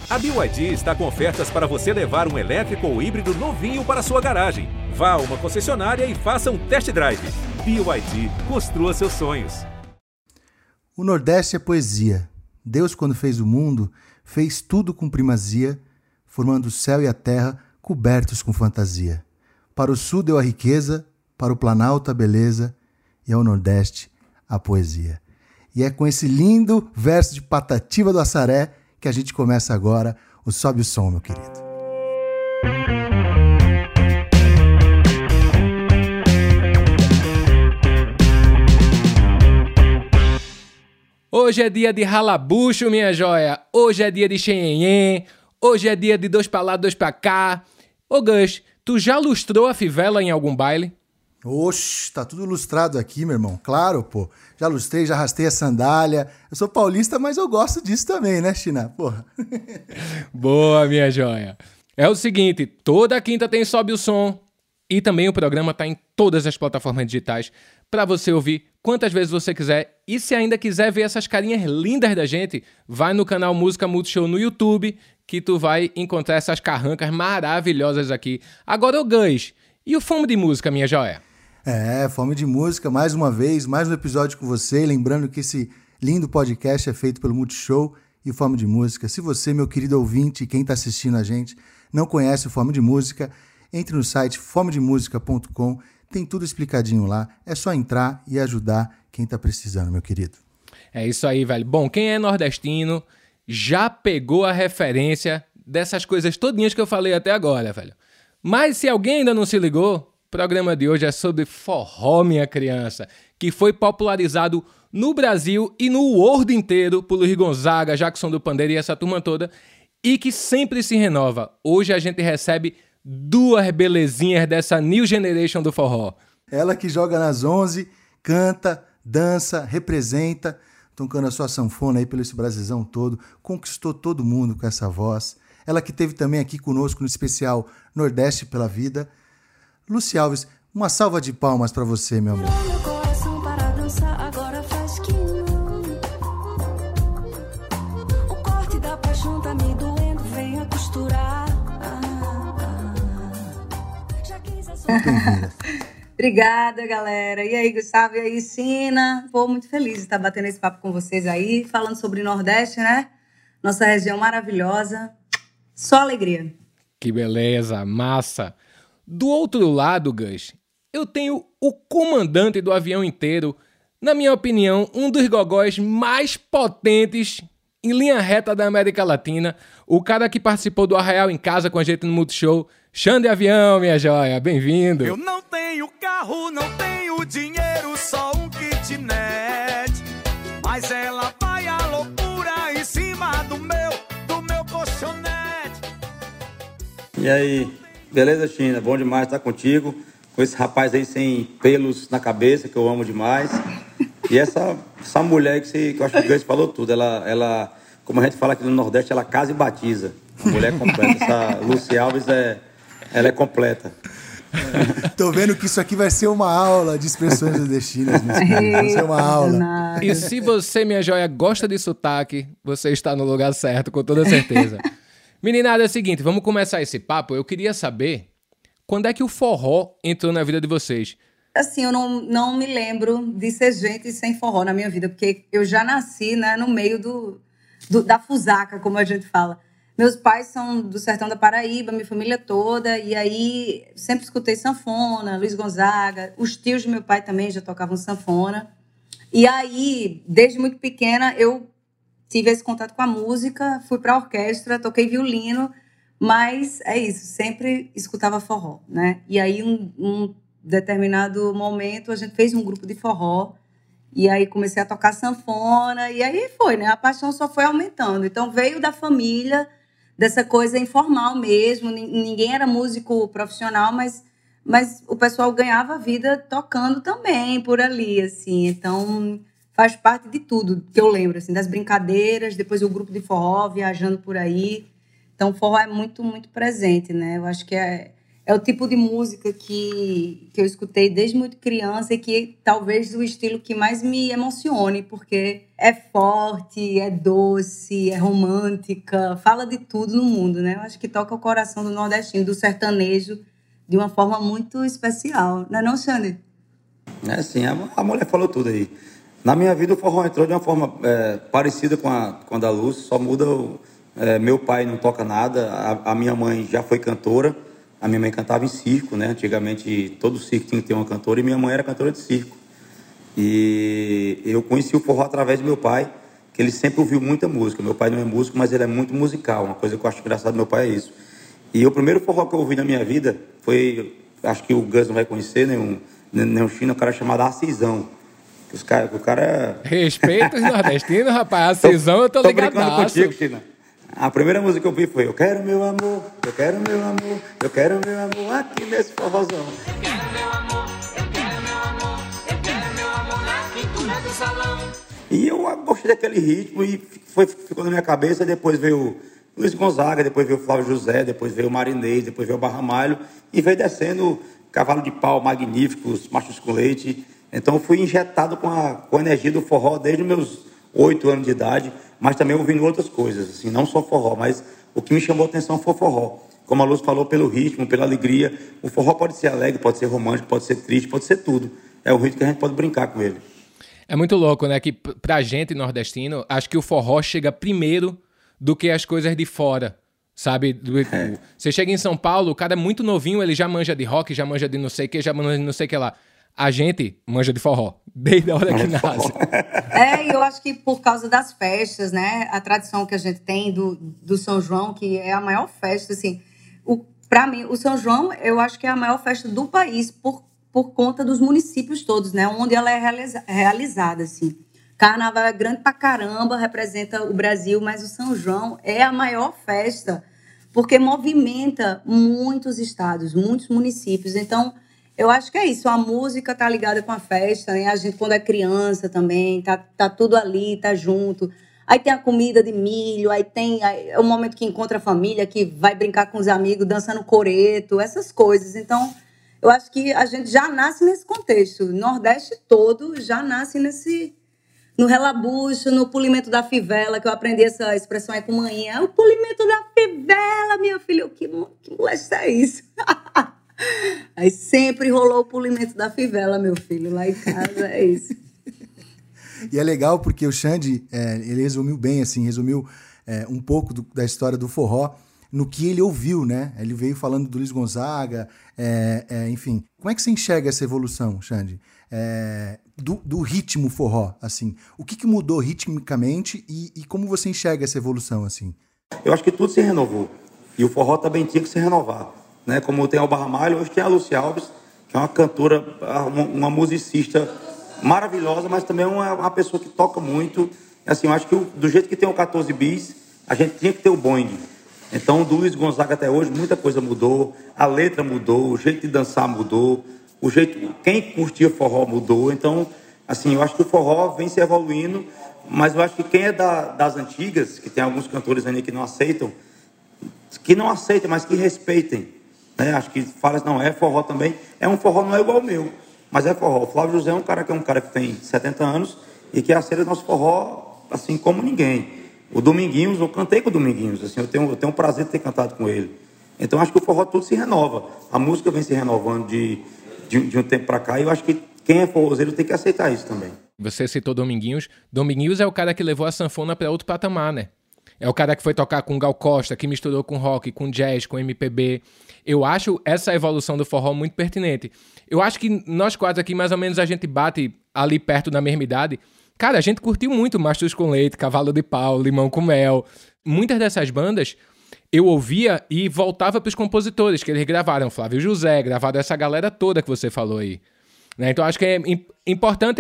A BYD está com ofertas para você levar um elétrico ou híbrido novinho para sua garagem. Vá a uma concessionária e faça um test drive. BYD, construa seus sonhos. O Nordeste é poesia. Deus, quando fez o mundo, fez tudo com primazia, formando o céu e a terra cobertos com fantasia. Para o Sul deu a riqueza, para o Planalto a beleza, e ao Nordeste a poesia. E é com esse lindo verso de Patativa do Assaré que a gente começa agora o Sobe o Som, meu querido. Hoje é dia de ralabucho, minha joia. Hoje é dia de xenhenhen. Hoje é dia de dois pra lá, dois pra cá. Ô Gus, tu já lustrou a fivela em algum baile? Oxe, tá tudo lustrado aqui, meu irmão. Claro, pô. Já lustrei, já arrastei a sandália. Eu sou paulista, mas eu gosto disso também, né, China? Porra. Boa, minha joia. É o seguinte, toda quinta tem Sobe o Som. E também o programa tá em todas as plataformas digitais para você ouvir quantas vezes você quiser. E se ainda quiser ver essas carinhas lindas da gente, vai no canal Música Multishow no YouTube, que tu vai encontrar essas carrancas maravilhosas aqui. Agora, ô Gus, e o Fome de Música, minha joia? Fome de Música, mais uma vez, mais um episódio com você. Lembrando que esse lindo podcast é feito pelo Multishow e Fome de Música. Se você, meu querido ouvinte, e quem está assistindo a gente, não conhece o Fome de Música, entre no site fomedemusica.com, tem tudo explicadinho lá. É só entrar e ajudar quem está precisando, meu querido. É isso aí, velho. Bom, quem é nordestino já pegou a referência dessas coisas todinhas que eu falei até agora, velho. Mas se alguém ainda não se ligou, o programa de hoje é sobre forró, minha criança, que foi popularizado no Brasil e no world inteiro por Luiz Gonzaga, Jackson do Pandeiro e essa turma toda, e que sempre se renova. Hoje a gente recebe duas belezinhas dessa new generation do forró. Ela que joga nas 11, canta, dança, representa, tocando a sua sanfona aí pelo esse Brasilzão todo, conquistou todo mundo com essa voz. Ela que esteve também aqui conosco no especial Nordeste pela Vida. Luci Alves, uma salva de palmas pra você, meu amor. Meu coração para dançar, agora faz que não. O corte da paixão tá me doendo, venha costurar. Já quis Bem-vinda. Obrigada, galera. E aí, Gustavo? E aí, Sina? Pô, muito feliz de estar batendo esse papo com vocês aí, falando sobre Nordeste, né? Nossa região maravilhosa. Só alegria. Que beleza, massa. Do outro lado, Gus, eu tenho o comandante do avião inteiro, na minha opinião, um dos gogóis mais potentes em linha reta da América Latina, o cara que participou do Arraial em Casa com a gente no Multishow, Xande Avião, minha joia, bem-vindo. Eu não tenho carro, não tenho dinheiro, só um kitnet, mas ela vai à loucura em cima do meu colchonete. E aí? Beleza, China? Bom demais estar contigo, com esse rapaz aí sem pelos na cabeça, que eu amo demais. E essa mulher que eu acho que o Gus falou tudo, ela, como a gente fala aqui no Nordeste, ela casa e batiza. A mulher é completa. Essa Luci Alves, ela é completa. Tô vendo que isso aqui vai ser uma aula de expressões nordestinas, meus queridos. Vai ser uma aula. E se você, minha joia, gosta de sotaque, você está no lugar certo, com toda certeza. Meninada, é o seguinte, vamos começar esse papo. Eu queria saber quando é que o forró entrou na vida de vocês. Assim, eu não me lembro de ser gente sem forró na minha vida, porque eu já nasci, né, no meio da fusaca, como a gente fala. Meus pais são do sertão da Paraíba, minha família toda, e aí sempre escutei sanfona, Luiz Gonzaga. Os tios do meu pai também já tocavam sanfona. E aí, desde muito pequena, eu tive esse contato com a música, fui para a orquestra, toquei violino, mas é isso, sempre escutava forró, né? E aí, um determinado momento, a gente fez um grupo de forró, e aí comecei a tocar sanfona, e aí foi, né? A paixão só foi aumentando. Então, veio da família, dessa coisa informal mesmo, ninguém era músico profissional, mas o pessoal ganhava a vida tocando também por ali, assim. Então, faz parte de tudo que eu lembro, assim, das brincadeiras, depois o grupo de forró, viajando por aí. Então, o forró é muito, muito presente, né? Eu acho que é é o tipo de música que eu escutei desde muito criança e que talvez o estilo que mais me emocione, porque é forte, é doce, é romântica, fala de tudo no mundo, né? Eu acho que toca o coração do nordestino, do sertanejo, de uma forma muito especial. Não é não, Xande? É sim, a mulher falou tudo aí. Na minha vida o forró entrou de uma forma parecida com a da Lúcia, só muda meu pai não toca nada, a minha mãe já foi cantora. A minha mãe cantava em circo, né? Antigamente todo circo tinha que ter uma cantora e minha mãe era cantora de circo. E eu conheci o forró através do meu pai, que ele sempre ouviu muita música. Meu pai não é músico, mas ele é muito musical. Uma coisa que eu acho engraçado do meu pai é isso. E o primeiro forró que eu ouvi na minha vida foi, acho que o Gus não vai conhecer, nem o China, um cara chamado Assisão. O cara... Respeita os nordestinos, rapaz. Assisão eu tô ligadaço. Tô brincando contigo, China. A primeira música que eu vi foi: eu quero meu amor, eu quero meu amor, eu quero meu amor aqui nesse forrozão. Eu quero meu amor, eu quero meu amor, eu quero meu amor na pintura do salão. E eu gostei daquele ritmo e ficou na minha cabeça. Depois veio Luiz Gonzaga, depois veio Flávio José, depois veio Marinês, depois veio Barramalho e veio descendo Cavalo de Pau, Magníficos, Machos com Leite. Então eu fui injetado com a energia do forró desde os meus 8 anos de idade, mas também ouvindo outras coisas, assim, não só forró, mas o que me chamou a atenção foi o forró. Como a Luz falou, pelo ritmo, pela alegria. O forró pode ser alegre, pode ser romântico, pode ser triste, pode ser tudo. É o ritmo que a gente pode brincar com ele. É muito louco, né? Que pra gente nordestino, acho que o forró chega primeiro do que as coisas de fora, sabe? Você chega em São Paulo, o cara é muito novinho, ele já manja de rock, já manja de não sei o que, já manja de não sei o que lá. A gente manja de forró, desde a hora que nasce. E eu acho que por causa das festas, né? A tradição que a gente tem do São João, que é a maior festa, assim. Para mim, o São João, eu acho que é a maior festa do país por conta dos municípios todos, né? Onde ela é realizada, assim. Carnaval é grande pra caramba, representa o Brasil, mas o São João é a maior festa porque movimenta muitos estados, muitos municípios. Então, eu acho que é isso, a música tá ligada com a festa, né? A gente, quando é criança também, tá tudo ali, tá junto. Aí tem a comida de milho, aí tem o momento que encontra a família, que vai brincar com os amigos, dançando coreto, essas coisas. Então, eu acho que a gente já nasce nesse contexto. O Nordeste todo já nasce no relabucho, no polimento da fivela, que eu aprendi essa expressão aí com manhã. O polimento da fivela, minha filha, que molesta é isso? Aí sempre rolou o polimento da fivela, meu filho, lá em casa, é isso. E é legal porque o Xande, ele resumiu bem, assim, um pouco da história do forró no que ele ouviu, né? Ele veio falando do Luiz Gonzaga, enfim. Como é que você enxerga essa evolução, Xande? Do ritmo forró, assim. O que mudou ritmicamente e como você enxerga essa evolução, assim? Eu acho que tudo se renovou. E o forró também tinha que se renovar. Né? Como tem o Barramalho, hoje tem a Lúcia Alves, que é uma cantora, uma musicista maravilhosa, mas também uma pessoa que toca muito. Assim, eu acho que do jeito que tem o 14 bis, a gente tinha que ter o Boing. Então, do Luiz Gonzaga até hoje, muita coisa mudou, a letra mudou, o jeito de dançar mudou, quem curtia forró mudou. Então, assim, eu acho que o forró vem se evoluindo, mas eu acho que quem é das antigas, que tem alguns cantores ali que não aceitam, mas que respeitem. Né? Acho que fala, não, é forró também. Um forró não é igual ao meu, mas é forró. O Flávio José é um cara que tem 70 anos e que aceita nosso forró assim como ninguém. O Dominguinhos, eu cantei com o Dominguinhos, assim, eu tenho o prazer de ter cantado com ele. Então acho que o forró tudo se renova. A música vem se renovando de um tempo para cá e eu acho que quem é forrozeiro tem que aceitar isso também. Você citou Dominguinhos. Dominguinhos é o cara que levou a sanfona para outro patamar, né? É o cara que foi tocar com Gal Costa, que misturou com rock, com jazz, com MPB. Eu acho essa evolução do forró muito pertinente. Eu acho que nós quatro aqui, mais ou menos, a gente bate ali perto da mesma idade. Cara, a gente curtiu muito Machos com Leite, Cavalo de Pau, Limão com Mel. Muitas dessas bandas eu ouvia e voltava para os compositores, que eles gravaram Flávio José, gravaram essa galera toda que você falou aí. Né? Então acho que é importante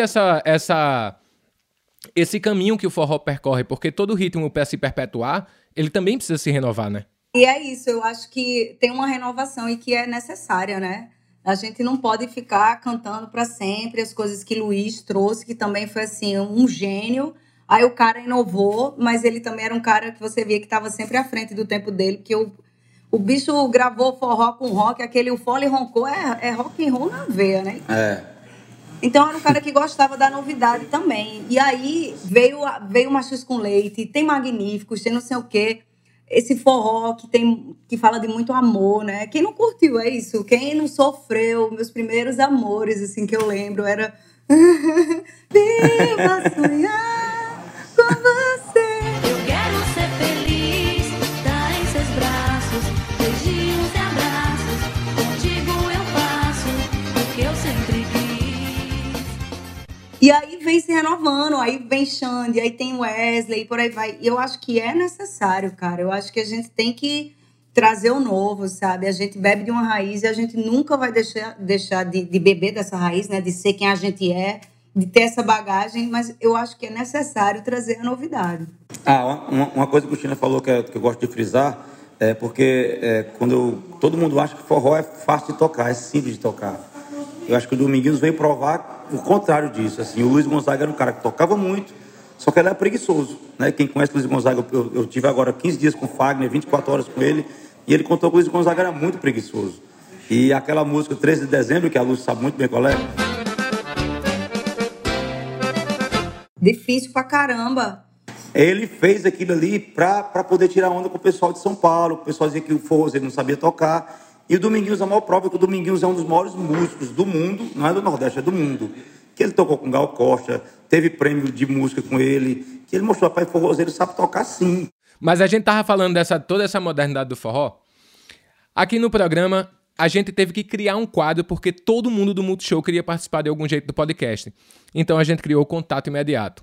esse caminho que o forró percorre, porque todo ritmo, para se perpetuar, ele também precisa se renovar, né? E é isso, eu acho que tem uma renovação e que é necessária, né? A gente não pode ficar cantando para sempre as coisas que Luiz trouxe, que também foi, assim, um gênio. Aí o cara inovou, mas ele também era um cara que você via que estava sempre à frente do tempo dele, porque O bicho gravou forró com rock, aquele o fole roncou, é rock and roll na veia, né? Então era um cara que gostava da novidade também. E aí veio Machos com Leite, tem Magníficos, tem não sei o quê. Esse forró que fala de muito amor, né? Quem não curtiu, é isso. Quem não sofreu, meus primeiros amores, assim, que eu lembro, era... Viva sonhar com você. Eu quero ser feliz, tá em seus braços, beijinhos e abraços. Contigo eu faço o que eu sempre quis. E aí vem se renovando, aí vem Xande, aí tem Wesley, por aí vai. E eu acho que é necessário, cara. Eu acho que a gente tem que trazer o novo, sabe? A gente bebe de uma raiz e a gente nunca vai deixar de beber dessa raiz, né? De ser quem a gente é, de ter essa bagagem, mas eu acho que é necessário trazer a novidade. Uma coisa que o China falou que eu gosto de frisar é porque todo mundo acha que forró é fácil de tocar, é simples de tocar. Eu acho que o Dominguinhos veio provar o contrário disso. Assim, o Luiz Gonzaga era um cara que tocava muito, só que ele era preguiçoso, né? Quem conhece o Luiz Gonzaga, eu tive agora 15 dias com o Fagner, 24 horas com ele, e ele contou que o Luiz Gonzaga era muito preguiçoso. E aquela música 13 de dezembro, que a Lúcia sabe muito bem qual é. Difícil pra caramba. Ele fez aquilo ali para poder tirar onda com o pessoal de São Paulo. O pessoal dizia que o forrozeiro não sabia tocar. E o Dominguinhos, a maior prova é que o Dominguinhos é um dos maiores músicos do mundo, não é do Nordeste, é do mundo. Que ele tocou com Gal Costa, teve prêmio de música com ele, que ele mostrou para o forrozeiro sabe tocar sim. Mas a gente tava falando toda essa modernidade do forró. Aqui no programa, a gente teve que criar um quadro porque todo mundo do Multishow queria participar de algum jeito do podcast. Então a gente criou o Contato Imediato.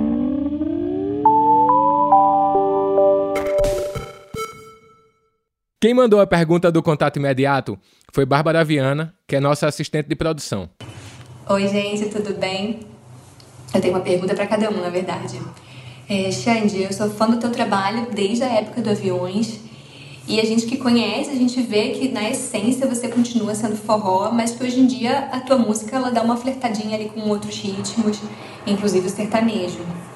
Quem mandou a pergunta do Contato Imediato foi Bárbara Viana, que é nossa assistente de produção. Oi, gente, tudo bem? Eu tenho uma pergunta para cada um, na verdade. Xande, eu sou fã do teu trabalho desde a época do Aviões. E a gente que conhece, a gente vê que na essência você continua sendo forró, mas que hoje em dia a tua música ela dá uma flertadinha ali com outros ritmos, inclusive o sertanejo.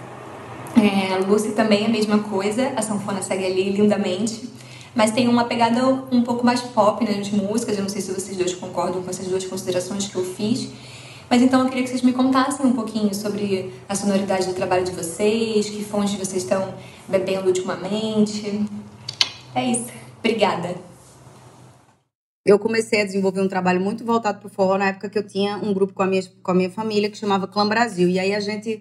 Lucy também é a mesma coisa, a sanfona segue ali lindamente, mas tem uma pegada um pouco mais pop nas músicas. Eu não sei se vocês dois concordam com essas duas considerações que eu fiz. Mas então eu queria que vocês me contassem um pouquinho sobre a sonoridade do trabalho de vocês, que fontes vocês estão bebendo ultimamente. É isso. Obrigada. Eu comecei a desenvolver um trabalho muito voltado para o forró na época que eu tinha um grupo com a minha família que chamava Clã Brasil. E aí a gente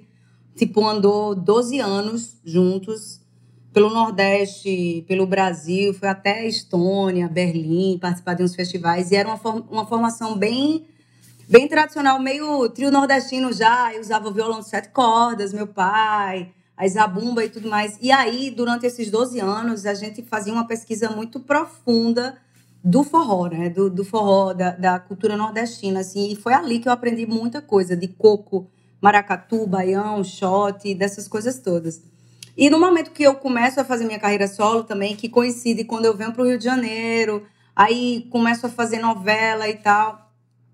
andou 12 anos juntos pelo Nordeste, pelo Brasil, foi até Estônia, Berlim, participar de uns festivais. E era uma formação bem tradicional, meio trio nordestino já. Eu usava violão de 7 cordas, meu pai, a zabumba e tudo mais. E aí, durante esses 12 anos, a gente fazia uma pesquisa muito profunda do forró, né? Do forró, da cultura nordestina, assim. E foi ali que eu aprendi muita coisa, de coco, maracatu, baião, shot, dessas coisas todas. E no momento que eu começo a fazer minha carreira solo também, que coincide quando eu venho para o Rio de Janeiro, aí começo a fazer novela e tal.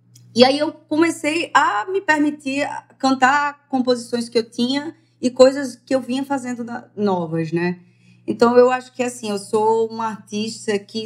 E aí eu comecei a me permitir cantar composições que eu tinha e coisas que eu vinha fazendo novas, né? Então eu acho que assim, eu sou uma artista que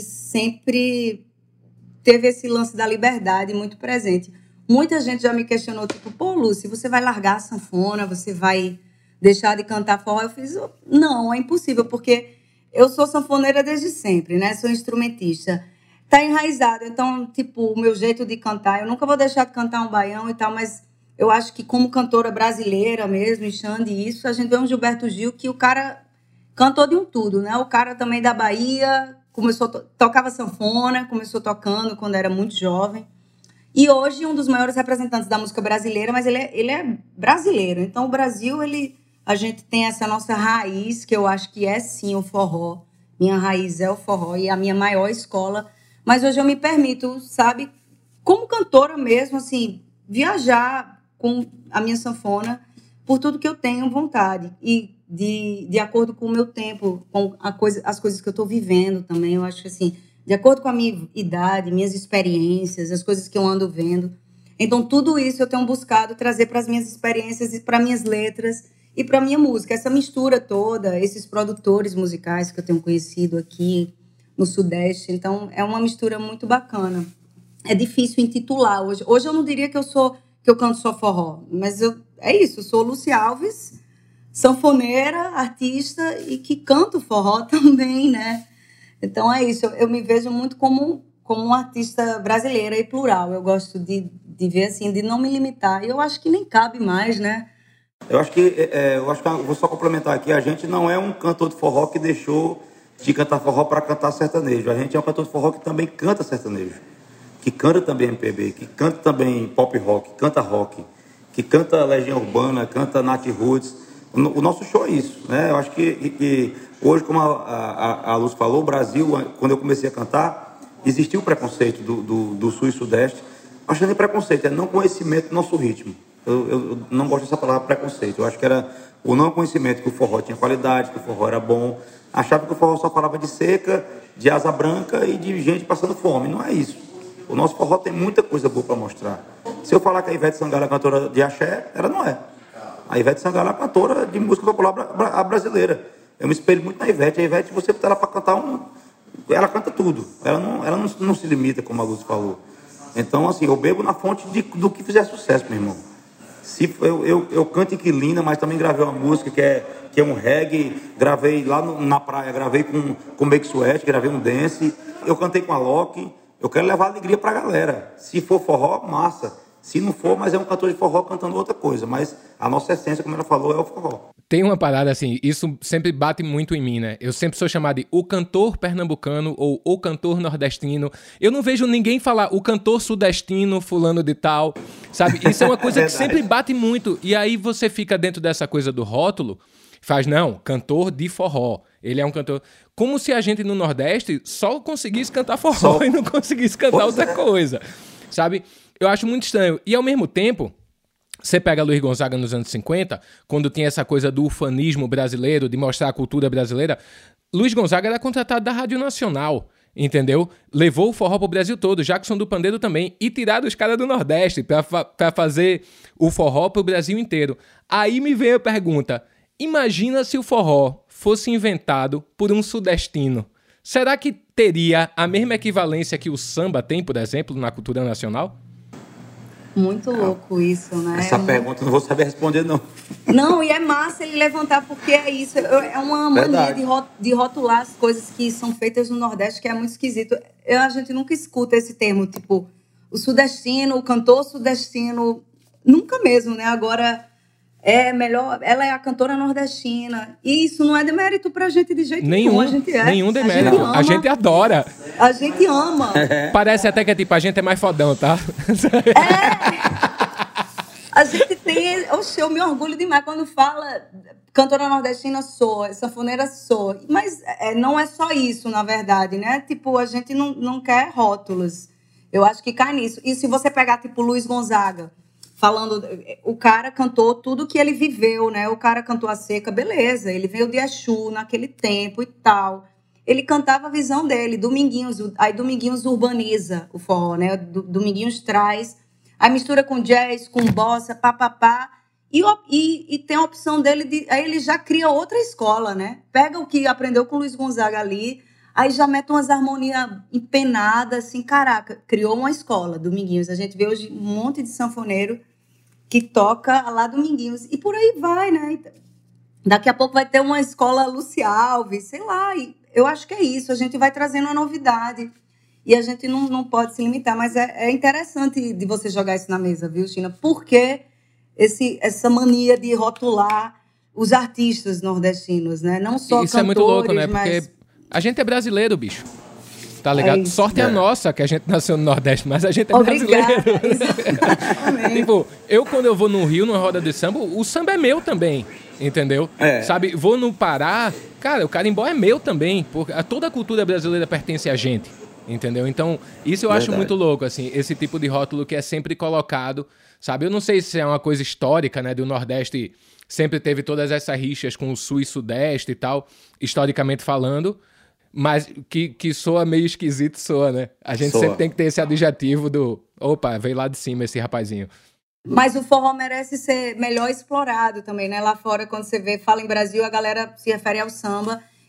sempre teve esse lance da liberdade muito presente. Muita gente já me questionou, tipo, pô, Lúcia, você vai largar a sanfona, você vai deixar de cantar forró? Eu fiz, não, é impossível, porque eu sou sanfoneira desde sempre, né? Sou instrumentista. Tá enraizado, então, tipo, o meu jeito de cantar, eu nunca vou deixar de cantar um baião e tal, mas eu acho que como cantora brasileira mesmo, em Xande, isso, a gente vê um Gilberto Gil que o cara cantou de um tudo, né? O cara também da Bahia, tocava sanfona, começou tocando quando era muito jovem. E hoje um dos maiores representantes da música brasileira, mas ele é brasileiro. Então o Brasil, a gente tem essa nossa raiz, que eu acho que é sim o forró. Minha raiz é o forró e a minha maior escola. Mas hoje eu me permito, sabe, como cantora mesmo, assim, viajar com a minha sanfona por tudo que eu tenho vontade. E de acordo com o meu tempo, com as coisas que eu estou vivendo também. Eu acho que, assim, de acordo com a minha idade, minhas experiências, as coisas que eu ando vendo. Então, tudo isso eu tenho buscado trazer para as minhas experiências e para minhas letras e para a minha música. Essa mistura toda, esses produtores musicais que eu tenho conhecido aqui no Sudeste. Então, é uma mistura muito bacana. É difícil intitular hoje. Hoje eu não diria que eu canto só forró, mas é isso, eu sou Lúcia Alves, sanfoneira, artista e que canto forró também, né? Então é isso, eu me vejo muito como uma artista brasileira e plural. Eu gosto de ver assim, de não me limitar. E eu acho que nem cabe mais, né? Eu acho que eu vou só complementar aqui, a gente não é um cantor de forró que deixou de cantar forró para cantar sertanejo. A gente é um cantor de forró que também canta sertanejo, que canta também MPB, que canta também pop rock, canta rock, que canta Legião Urbana, canta Nat Roots. O nosso show é isso, né? Eu acho que hoje, como a Luz falou, o Brasil, quando eu comecei a cantar, existiu o preconceito do Sul e Sudeste. Acho que nem preconceito, é não conhecimento do nosso ritmo. Eu não gosto dessa palavra preconceito. Eu acho que era o não conhecimento que o forró tinha qualidade, que o forró era bom. Achava que o forró só falava de seca, de asa branca e de gente passando fome. Não é isso. O nosso forró tem muita coisa boa para mostrar. Se eu falar que a Ivete Sangalo é cantora de axé, ela não é. A Ivete Sangalo é cantora de música popular brasileira. Eu me espelho muito na Ivete. A Ivete, você botar ela para cantar ela canta tudo. Ela não se limita, como a Luz falou. Então, assim, eu bebo na fonte do que fizer sucesso, meu irmão. Eu canto Inquilina, mas também gravei uma música que é um reggae. Gravei lá na praia, gravei com Make Sweat, gravei um dance. Eu cantei com a Loki. Eu quero levar alegria pra galera. Se for forró, massa. Se não for, mas é um cantor de forró cantando outra coisa. Mas a nossa essência, como ela falou, é o forró. Tem uma parada assim, isso sempre bate muito em mim, né? Eu sempre sou chamado de o cantor pernambucano ou o cantor nordestino. Eu não vejo ninguém falar o cantor sudestino, fulano de tal, sabe? Isso é uma coisa que sempre bate muito. E aí você fica dentro dessa coisa do rótulo, faz, não, cantor de forró. Ele é um cantor... Como se a gente no Nordeste só conseguisse cantar forró e não conseguisse cantar outra coisa, sabe? Eu acho muito estranho. E ao mesmo tempo, você pega Luiz Gonzaga nos anos 50, quando tinha essa coisa do ufanismo brasileiro, de mostrar a cultura brasileira, Luiz Gonzaga era contratado da Rádio Nacional, entendeu? Levou o forró pro Brasil todo, Jackson do Pandeiro também, e tiraram os caras do Nordeste pra fazer o forró pro Brasil inteiro. Aí me vem a pergunta, imagina se o forró fosse inventado por um sudestino. Será que teria a mesma equivalência que o samba tem, por exemplo, na cultura nacional? Muito louco isso, né? Essa pergunta eu não vou saber responder, não. Não, e é massa ele levantar, porque é isso. É uma mania de rotular as coisas que são feitas no Nordeste, que é muito esquisito. A gente nunca escuta esse termo, tipo, o sudestino, o cantor sudestino. Nunca mesmo, né? Agora, é melhor... Ela é a cantora nordestina. E isso não é demérito pra gente de jeito nenhum. A gente nenhum demérito. A gente adora. A gente ama. Parece até que tipo, a gente é mais fodão, tá? A gente tem... Oxe, eu me orgulho demais quando fala cantora nordestina, sou, sanfoneira, sou. Mas não é só isso, na verdade, né? Tipo, a gente não quer rótulos. Eu acho que cai nisso. E se você pegar, tipo, Luiz Gonzaga, falando... O cara cantou tudo que ele viveu, né? O cara cantou a seca, beleza. Ele veio de Exu naquele tempo e tal. Ele cantava a visão dele, Dominguinhos. Aí Dominguinhos urbaniza o forró, né? Dominguinhos traz a mistura com jazz, com bossa, papapá. E tem a opção dele aí ele já cria outra escola, né? Pega o que aprendeu com o Luiz Gonzaga ali, aí já mete umas harmonias empenadas, assim, caraca, criou uma escola, Dominguinhos. A gente vê hoje um monte de sanfoneiro que toca lá Dominguinhos. E por aí vai, né? Daqui a pouco vai ter uma escola Lúcia Alves, sei lá. E eu acho que é isso, a gente vai trazendo uma novidade. E a gente não pode se limitar, mas é interessante de você jogar isso na mesa, viu, China? Por que essa mania de rotular os artistas nordestinos, né? Não só isso cantores, é muito louco, né? Mas... Porque a gente é brasileiro, bicho. Tá ligado? isso. Sorte é nossa que a gente nasceu no Nordeste, mas a gente é Obrigada. brasileiro. Exatamente. Tipo, quando eu vou no Rio, numa roda de samba, o samba é meu também, entendeu? Sabe, vou no Pará, cara, o carimbó é meu também, porque toda a cultura brasileira pertence a gente, entendeu? Então, isso eu acho muito louco, assim, esse tipo de rótulo que é sempre colocado, sabe? Eu não sei se é uma coisa histórica, né, do Nordeste sempre teve todas essas rixas com o Sul e Sudeste e tal, historicamente falando, mas que soa meio esquisito, soa, né? A gente sempre tem que ter esse adjetivo do... Opa, veio lá de cima esse rapazinho. Mas o forró merece ser melhor explorado também, né? Lá fora, quando você fala em Brasil, a galera se refere ao samba.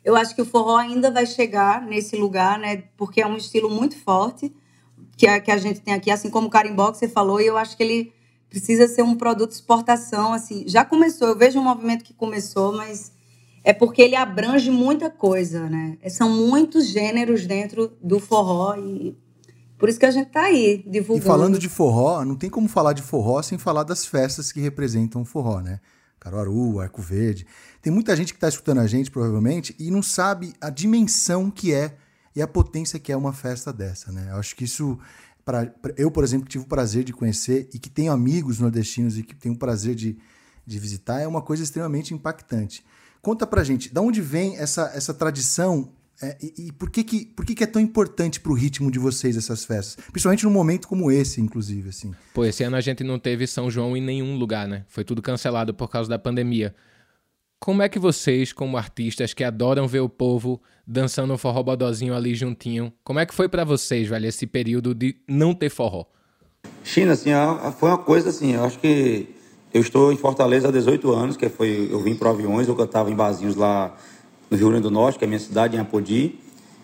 Eu acho que o forró ainda vai chegar nesse lugar, né? Porque é um estilo muito forte que a gente tem aqui, assim como o carimbó que você falou, e eu acho que ele precisa ser um produto de exportação, assim. Já começou, eu vejo um movimento que começou, mas é porque ele abrange muita coisa, né? São muitos gêneros dentro do forró e por isso que a gente tá aí divulgando. E falando de forró, não tem como falar de forró sem falar das festas que representam o forró, né? Caruaru, Arco Verde. Tem muita gente que está escutando a gente, provavelmente, e não sabe a dimensão que é e a potência que é uma festa dessa, né? Eu acho que isso, eu, por exemplo, que tive o prazer de conhecer e que tenho amigos nordestinos e que tenho o prazer de visitar, é uma coisa extremamente impactante. Conta pra gente, de onde vem essa tradição e por que é tão importante pro ritmo de vocês essas festas? Principalmente num momento como esse, inclusive, assim. Pô, esse ano a gente não teve São João em nenhum lugar, né? Foi tudo cancelado por causa da pandemia. Como é que vocês, como artistas que adoram ver o povo dançando um forró bodozinho ali juntinho, como é que foi pra vocês, velho, esse período de não ter forró? China, assim, foi uma coisa assim, eu acho que eu estou em Fortaleza há 18 anos, eu vim para Aviões, eu cantava em barzinhos lá no Rio Grande do Norte, que é a minha cidade, em Apodi.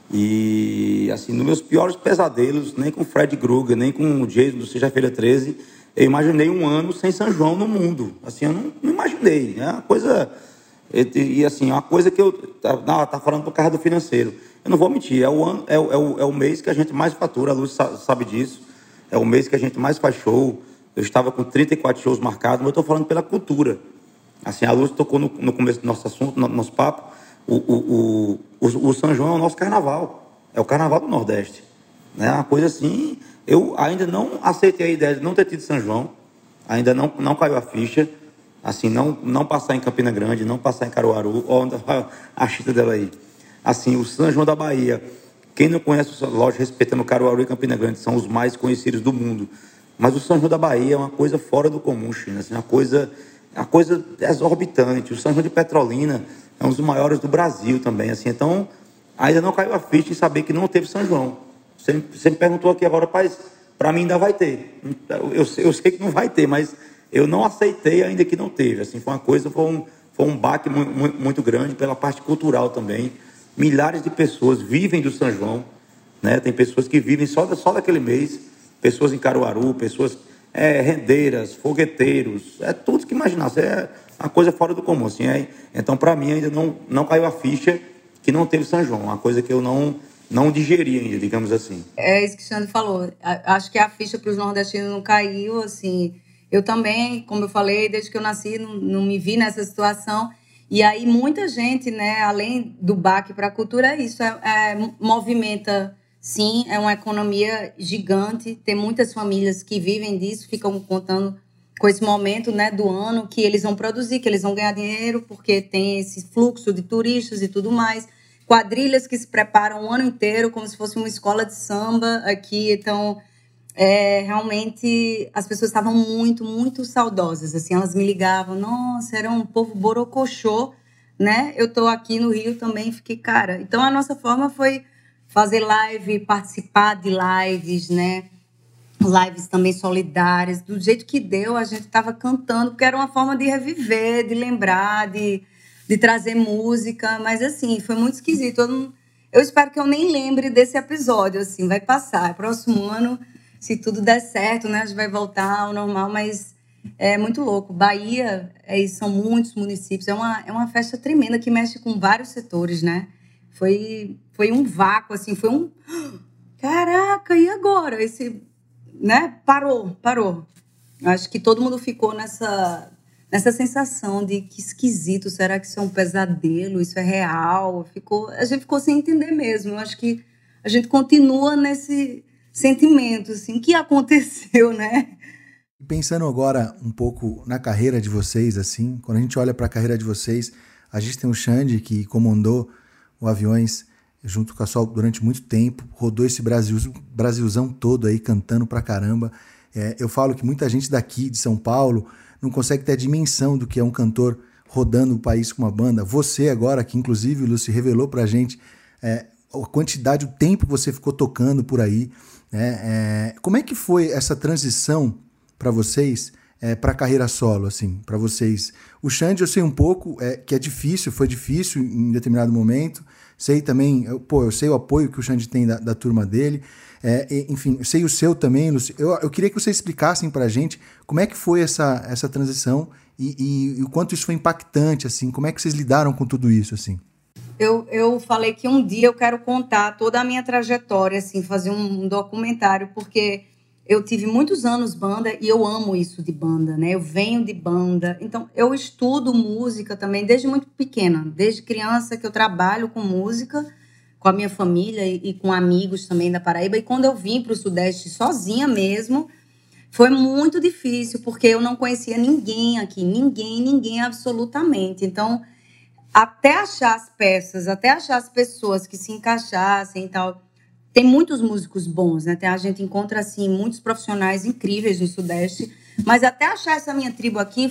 E, assim, nos meus piores pesadelos, nem com Fred Krueger, nem com o Jason do Sexta-feira 13, eu imaginei um ano sem São João no mundo. Assim, eu não imaginei. É uma coisa... E, assim, é uma coisa que eu... Tá falando por causa do financeiro. Eu não vou mentir, é o mês que a gente mais fatura, a Luz sabe disso. É o mês que a gente mais faz show. Eu estava com 34 shows marcados, mas eu estou falando pela cultura. Assim, a Luz tocou no começo do nosso assunto, no nosso papo. O São João é o nosso carnaval, é o carnaval do Nordeste, né? Uma coisa assim, eu ainda não aceitei a ideia de não ter tido São João, ainda não caiu a ficha, assim, não passar em Campina Grande, não passar em Caruaru, olha a chita dela aí, assim, o São João da Bahia, quem não conhece, lógico, respeitando Caruaru e Campina Grande, são os mais conhecidos do mundo, mas o São João da Bahia é uma coisa fora do comum, China, assim, uma coisa exorbitante. O São João de Petrolina é um dos maiores do Brasil também, assim. Então, ainda não caiu a ficha em saber que não teve São João. Você me perguntou aqui agora, rapaz, para mim ainda vai ter. Eu sei que não vai ter, mas eu não aceitei ainda que não teve. Assim, foi um baque muito grande pela parte cultural também. Milhares de pessoas vivem do São João, né? Tem pessoas que vivem só daquele mês, pessoas em Caruaru, pessoas rendeiras, fogueteiros, tudo que imaginasse, é uma coisa fora do comum, assim, então para mim ainda não caiu a ficha que não teve São João, uma coisa que eu não digeri ainda, digamos assim. É isso que o Xande falou, acho que a ficha para os nordestinos não caiu, assim, eu também, como eu falei, desde que eu nasci, não me vi nessa situação, e aí muita gente, né, além do baque para a cultura, é isso, movimenta. Sim, é uma economia gigante, tem muitas famílias que vivem disso, ficam contando com esse momento, né, do ano que eles vão produzir, que eles vão ganhar dinheiro, porque tem esse fluxo de turistas e tudo mais. Quadrilhas que se preparam o ano inteiro, como se fosse uma escola de samba aqui. Então, realmente, as pessoas estavam muito, muito saudosas. Assim, elas me ligavam, nossa, era um povo borocochô, né? Eu estou aqui no Rio também, fiquei, cara... Então, a nossa forma foi fazer live, participar de lives, né? Lives também solidárias. Do jeito que deu, a gente estava cantando, porque era uma forma de reviver, de lembrar, de trazer música. Mas, assim, foi muito esquisito. Eu espero que eu nem lembre desse episódio, assim. Vai passar. Próximo ano, se tudo der certo, né? A gente vai voltar ao normal, mas é muito louco. Bahia, são muitos municípios. É uma festa tremenda que mexe com vários setores, né? Foi um vácuo, assim, foi um... Caraca, e agora? Né? Parou. Acho que todo mundo ficou nessa sensação de que esquisito, será que isso é um pesadelo, isso é real? A gente ficou sem entender mesmo. Eu acho que a gente continua nesse sentimento, assim, o que aconteceu, né? Pensando agora um pouco na carreira de vocês, assim, quando a gente olha para a carreira de vocês, a gente tem o Xande, que comandou o Aviões junto com a Sol durante muito tempo, rodou esse Brasilzão todo aí, cantando pra caramba. Eu falo que muita gente daqui de São Paulo não consegue ter a dimensão do que é um cantor rodando o país com uma banda. Você agora, que inclusive, Lúcio, revelou pra gente a quantidade, o tempo que você ficou tocando por aí. Como é que foi essa transição para vocês, para a carreira solo, assim, para vocês? O Xande, eu sei um pouco, que foi difícil em determinado momento, sei também, eu sei o apoio que o Xande tem da turma dele, enfim, eu sei o seu também, Lúcio. Eu queria que vocês explicassem pra gente como é que foi essa transição e o quanto isso foi impactante, assim, como é que vocês lidaram com tudo isso, assim? Eu falei que um dia eu quero contar toda a minha trajetória, assim, fazer um documentário, porque eu tive muitos anos banda e eu amo isso de banda, né? Eu venho de banda, então eu estudo música também desde muito pequena, desde criança que eu trabalho com música, com a minha família e com amigos também da Paraíba. E quando eu vim para o Sudeste sozinha mesmo, foi muito difícil, porque eu não conhecia ninguém aqui, ninguém absolutamente. Então, até achar as peças, até achar as pessoas que se encaixassem e tal. Tem muitos músicos bons, né? A gente encontra, assim, muitos profissionais incríveis no Sudeste, mas até achar essa minha tribo aqui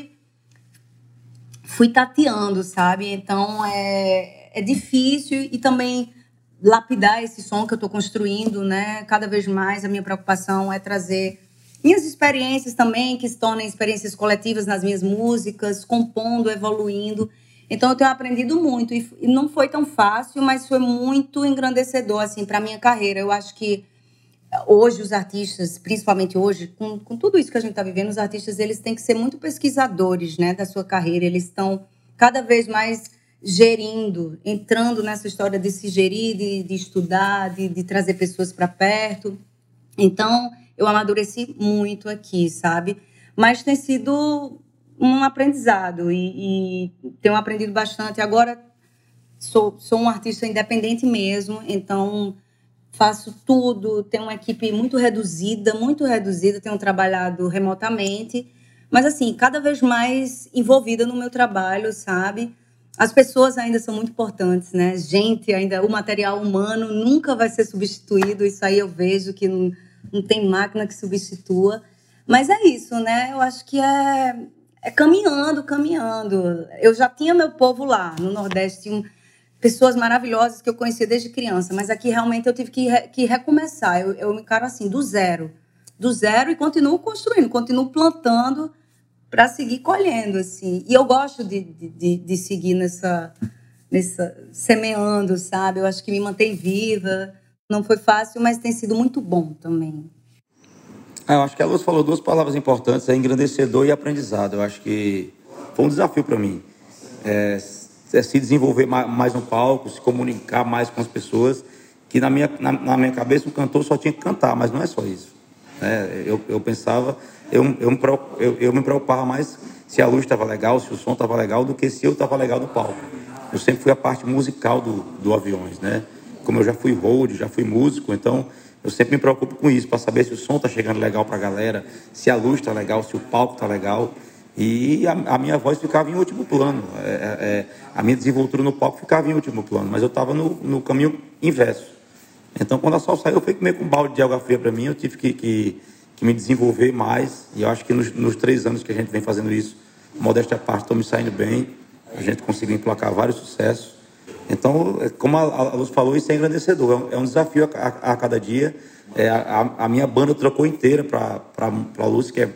fui tateando, sabe? Então, é difícil e também lapidar esse som que eu estou construindo, né? Cada vez mais a minha preocupação é trazer minhas experiências também, que se tornem experiências coletivas nas minhas músicas, compondo, evoluindo. Então, eu tenho aprendido muito e não foi tão fácil, mas foi muito engrandecedor, assim, para a minha carreira. Eu acho que hoje os artistas, principalmente hoje, com tudo isso que a gente está vivendo, os artistas eles têm que ser muito pesquisadores, né, da sua carreira. Eles estão cada vez mais gerindo, entrando nessa história de se gerir, de estudar, de trazer pessoas para perto. Então, eu amadureci muito aqui, sabe? Mas tem sido um aprendizado e tenho aprendido bastante. Agora sou um artista independente mesmo, então faço tudo, tenho uma equipe muito reduzida, tenho trabalhado remotamente, mas assim, cada vez mais envolvida no meu trabalho, sabe? As pessoas ainda são muito importantes, né? Gente, ainda o material humano nunca vai ser substituído, isso aí eu vejo que não tem máquina que substitua, mas é isso, né? Eu acho que é caminhando. Eu já tinha meu povo lá no Nordeste, tinha pessoas maravilhosas que eu conhecia desde criança, mas aqui realmente eu tive que recomeçar. Eu me encaro assim, do zero e continuo construindo, continuo plantando para seguir colhendo, assim. E eu gosto de seguir nessa semeando, sabe? Eu acho que me mantém viva. Não foi fácil, mas tem sido muito bom também. Eu acho que a Luz falou duas palavras importantes, engrandecedor e aprendizado. Eu acho que foi um desafio para mim. Se desenvolver mais no palco, se comunicar mais com as pessoas, que na minha cabeça um cantor só tinha que cantar, mas não é só isso. Eu pensava, eu me preocupava mais se a luz estava legal, se o som estava legal, do que se eu estava legal no palco. Eu sempre fui a parte musical do Aviões, né? Como eu já fui hold, já fui músico, então eu sempre me preocupo com isso, para saber se o som está chegando legal para a galera, se a luz está legal, se o palco está legal. E a minha voz ficava em último plano. A minha desenvoltura no palco ficava em último plano, mas eu estava no caminho inverso. Então, quando a Sol saiu, foi meio com um balde de água fria para mim. Eu tive que me desenvolver mais. E eu acho que nos 3 anos que a gente vem fazendo isso, modéstia à parte, estou me saindo bem. A gente conseguiu emplacar vários sucessos. Então, como a Luz falou, isso é engrandecedor. É um desafio a cada dia. A minha banda trocou inteira para a Luz, que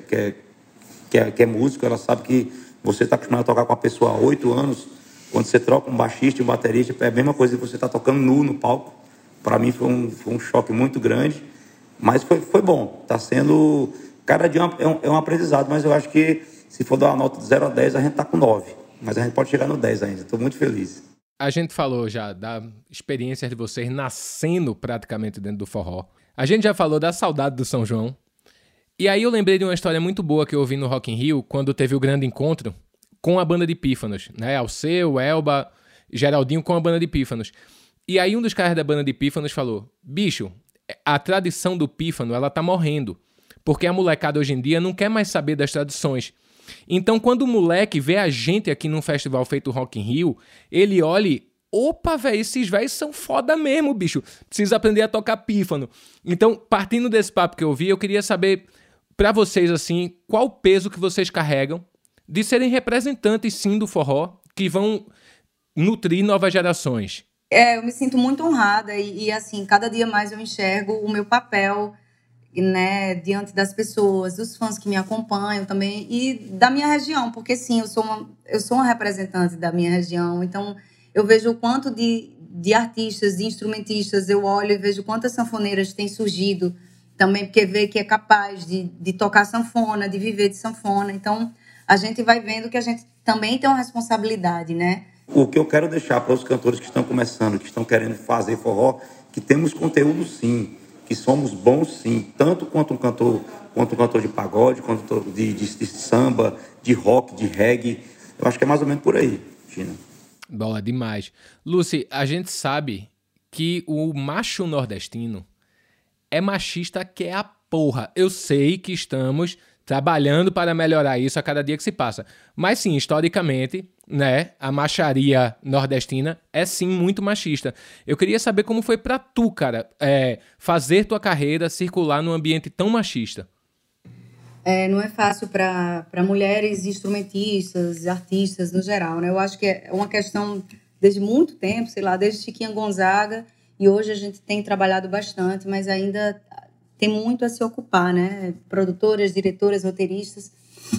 é músico. Ela sabe que você está acostumado a tocar com a pessoa há 8 anos. Quando você troca um baixista e um baterista, é a mesma coisa que você está tocando nu no palco. Para mim foi um choque muito grande, mas foi bom. Está sendo... Cada dia é um aprendizado, mas eu acho que se for dar uma nota de 0 a 10, a gente está com 9. Mas a gente pode chegar no 10 ainda. Estou muito feliz. A gente falou já da experiência de vocês nascendo praticamente dentro do forró. A gente já falou da saudade do São João. E aí eu lembrei de uma história muito boa que eu ouvi no Rock in Rio, quando teve o grande encontro com a banda de Pífanos, né? Alceu, Elba, Geraldinho com a banda de Pífanos. E aí um dos caras da banda de Pífanos falou: bicho, a tradição do pífano, ela tá morrendo. Porque a molecada hoje em dia não quer mais saber das tradições. Então, quando o moleque vê a gente aqui num festival feito Rock in Rio, ele olha, opa, velho, esses velhos são foda mesmo, bicho. Precisa aprender a tocar pífano. Então, partindo desse papo que eu vi, eu queria saber, pra vocês, assim, qual o peso que vocês carregam de serem representantes, sim, do forró, que vão nutrir novas gerações. Eu me sinto muito honrada e assim, cada dia mais eu enxergo o meu papel, né, diante das pessoas, dos fãs que me acompanham também e da minha região, porque sim, eu sou uma representante da minha região, então eu vejo o quanto de de artistas, de instrumentistas, eu olho e vejo quantas sanfoneiras têm surgido também, porque vê que é capaz de tocar sanfona, de viver de sanfona. Então, a gente vai vendo que a gente também tem uma responsabilidade, né? O que eu quero deixar para os cantores que estão começando, que estão querendo fazer forró, que temos conteúdo sim, que somos bons sim, tanto quanto um cantor de pagode, quanto de samba, de rock, de reggae. Eu acho que é mais ou menos por aí, China. Boa, demais. Lucy, a gente sabe que o macho nordestino é machista que é a porra. Eu sei que estamos trabalhando para melhorar isso a cada dia que se passa. Mas sim, historicamente, né, a macharia nordestina é sim muito machista. Eu queria saber como foi pra tu, cara, fazer tua carreira circular num ambiente tão machista. Não é fácil para mulheres instrumentistas, artistas no geral, né? Eu acho que é uma questão desde muito tempo, sei lá, desde Chiquinha Gonzaga, e hoje a gente tem trabalhado bastante, mas ainda tem muito a se ocupar, né? Produtoras, diretoras, roteiristas.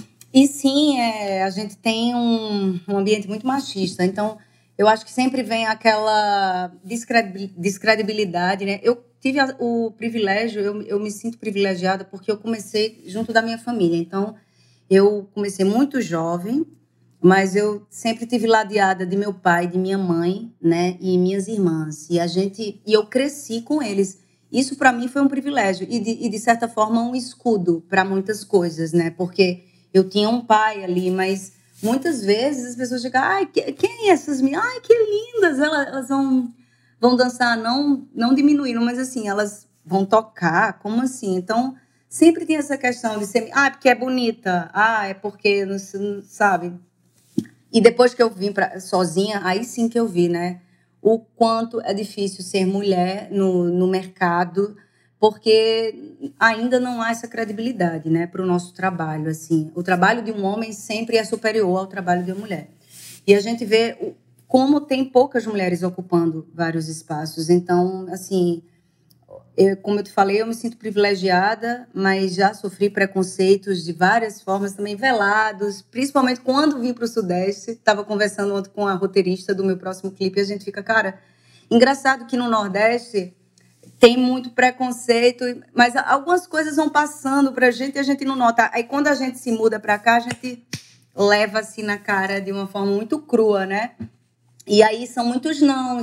E sim, a gente tem um ambiente muito machista, então eu acho que sempre vem aquela descredibilidade, né? Eu tive o privilégio, eu me sinto privilegiada porque eu comecei junto da minha família. Então, eu comecei muito jovem, mas eu sempre tive ladeada de meu pai, de minha mãe, né? E minhas irmãs. E eu cresci com eles. Isso, para mim, foi um privilégio. E de certa forma, um escudo para muitas coisas, né? Porque eu tinha um pai ali, mas muitas vezes as pessoas chegam, ai, quem é essas meninas? Ai, que lindas! Elas vão dançar, não diminuindo, mas assim, elas vão tocar, como assim? Então, sempre tem essa questão de ser, porque é bonita, é porque, não sabe? E depois que eu vim sozinha, aí sim que eu vi, né? O quanto é difícil ser mulher no mercado, porque ainda não há essa credibilidade, né, para o nosso trabalho, assim. O trabalho de um homem sempre é superior ao trabalho de uma mulher. E a gente vê como tem poucas mulheres ocupando vários espaços. Então, assim, como eu te falei, eu me sinto privilegiada, mas já sofri preconceitos de várias formas, também velados, principalmente quando vim para o Sudeste. Estava conversando ontem com a roteirista do meu próximo clipe e a gente fica, cara, engraçado que no Nordeste tem muito preconceito, mas algumas coisas vão passando para a gente não nota. Aí quando a gente se muda para cá, a gente leva assim na cara de uma forma muito crua, né? E aí são muitos não,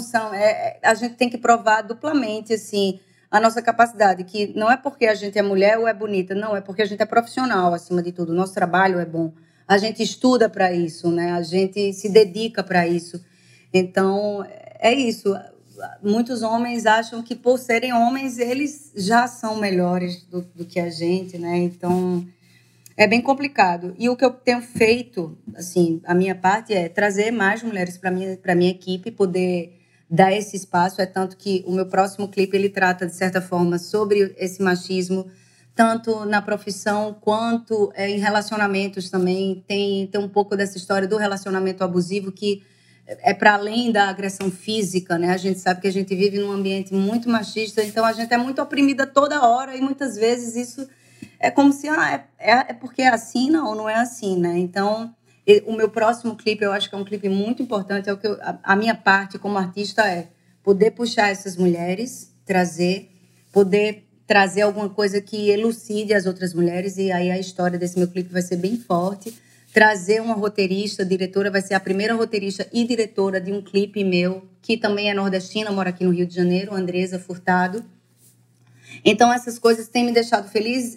a gente tem que provar duplamente, assim, a nossa capacidade, que não é porque a gente é mulher ou é bonita, não, é porque a gente é profissional, acima de tudo. O nosso trabalho é bom. A gente estuda para isso, né? A gente se dedica para isso. Então, é isso. Muitos homens acham que, por serem homens, eles já são melhores do que a gente, né? Então, é bem complicado. E o que eu tenho feito, assim, a minha parte é trazer mais mulheres para minha equipe, poder dar esse espaço. É tanto que o meu próximo clipe, ele trata, de certa forma, sobre esse machismo, tanto na profissão quanto em relacionamentos também. Tem um pouco dessa história do relacionamento abusivo, que é para além da agressão física, né? A gente sabe que a gente vive num ambiente muito machista, então a gente é muito oprimida toda hora e muitas vezes isso é como se, é porque é assim, não, não é assim, né? Então, o meu próximo clipe, eu acho que é um clipe muito importante, é o que a minha parte como artista é poder puxar essas mulheres, poder trazer alguma coisa que elucide as outras mulheres, e aí a história desse meu clipe vai ser bem forte. Trazer uma roteirista, diretora, vai ser a primeira roteirista e diretora de um clipe meu, que também é nordestina, mora aqui no Rio de Janeiro, Andresa Furtado. Então, essas coisas têm me deixado feliz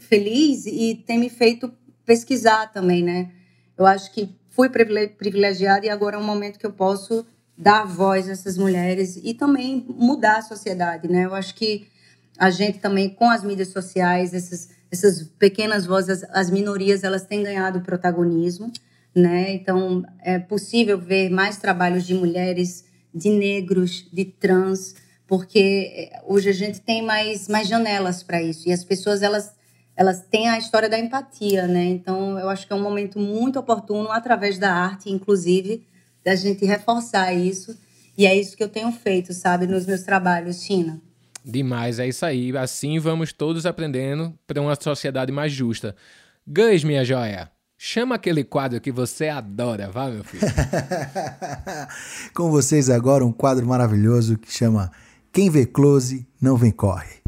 e têm me feito pesquisar também, né? Eu acho que fui privilegiada e agora é um momento que eu posso dar voz a essas mulheres e também mudar a sociedade, né? Eu acho que a gente também, com as mídias sociais, essas pequenas vozes, as minorias, elas têm ganhado protagonismo, né? Então, é possível ver mais trabalhos de mulheres, de negros, de trans, porque hoje a gente tem mais janelas para isso. E as pessoas, elas têm a história da empatia, né? Então, eu acho que é um momento muito oportuno, através da arte, inclusive, da gente reforçar isso. E é isso que eu tenho feito, sabe, nos meus trabalhos, China. Demais, é isso aí. Assim vamos todos aprendendo para uma sociedade mais justa. Gans, minha joia, Chama aquele quadro que você adora, vai, meu filho? Com vocês agora um quadro maravilhoso que chama Quem Vê Close Não Vem Corre.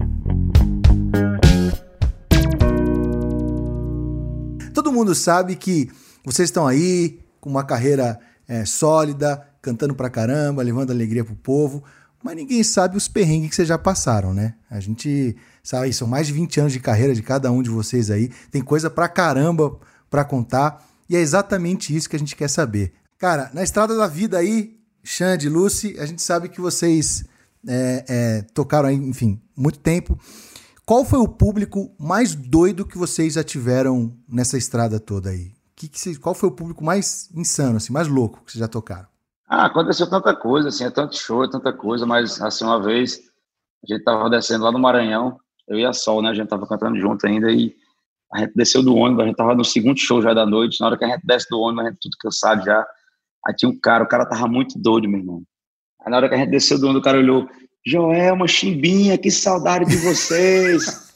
Todo mundo sabe que vocês estão aí com uma carreira sólida, cantando pra caramba, levando alegria pro povo, mas ninguém sabe os perrengues que vocês já passaram, né? A gente sabe, são mais de 20 anos de carreira de cada um de vocês aí, tem coisa pra caramba pra contar, e é exatamente isso que a gente quer saber. Cara, na estrada da vida aí, Xande, Lucy, a gente sabe que vocês tocaram aí, enfim, muito tempo. Qual foi o público mais doido que vocês já tiveram nessa estrada toda aí? Qual foi o público mais insano, assim, mais louco que vocês já tocaram? Aconteceu tanta coisa, assim, é tanto show, é tanta coisa, mas, assim, uma vez, a gente tava descendo lá no Maranhão, eu e a Sol, né, a gente tava cantando junto ainda, e a gente desceu do ônibus, a gente tava no segundo show já da noite, na hora que a gente desce do ônibus, a gente tudo cansado já, aí tinha um cara, o cara tava muito doido, meu irmão. Aí na hora que a gente desceu do ônibus, o cara olhou, Joelma, Chimbinha, que saudade de vocês.